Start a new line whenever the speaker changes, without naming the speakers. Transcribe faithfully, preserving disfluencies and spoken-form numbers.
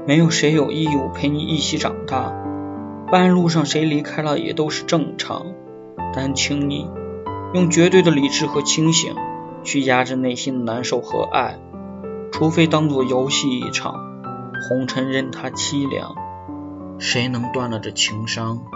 没有谁有义务陪你一起长大，半路上谁离开了也都是正常，但请你用绝对的理智和清醒去压制内心的难受和爱，除非当作游戏一场，红尘任它凄凉，谁能断了这情伤？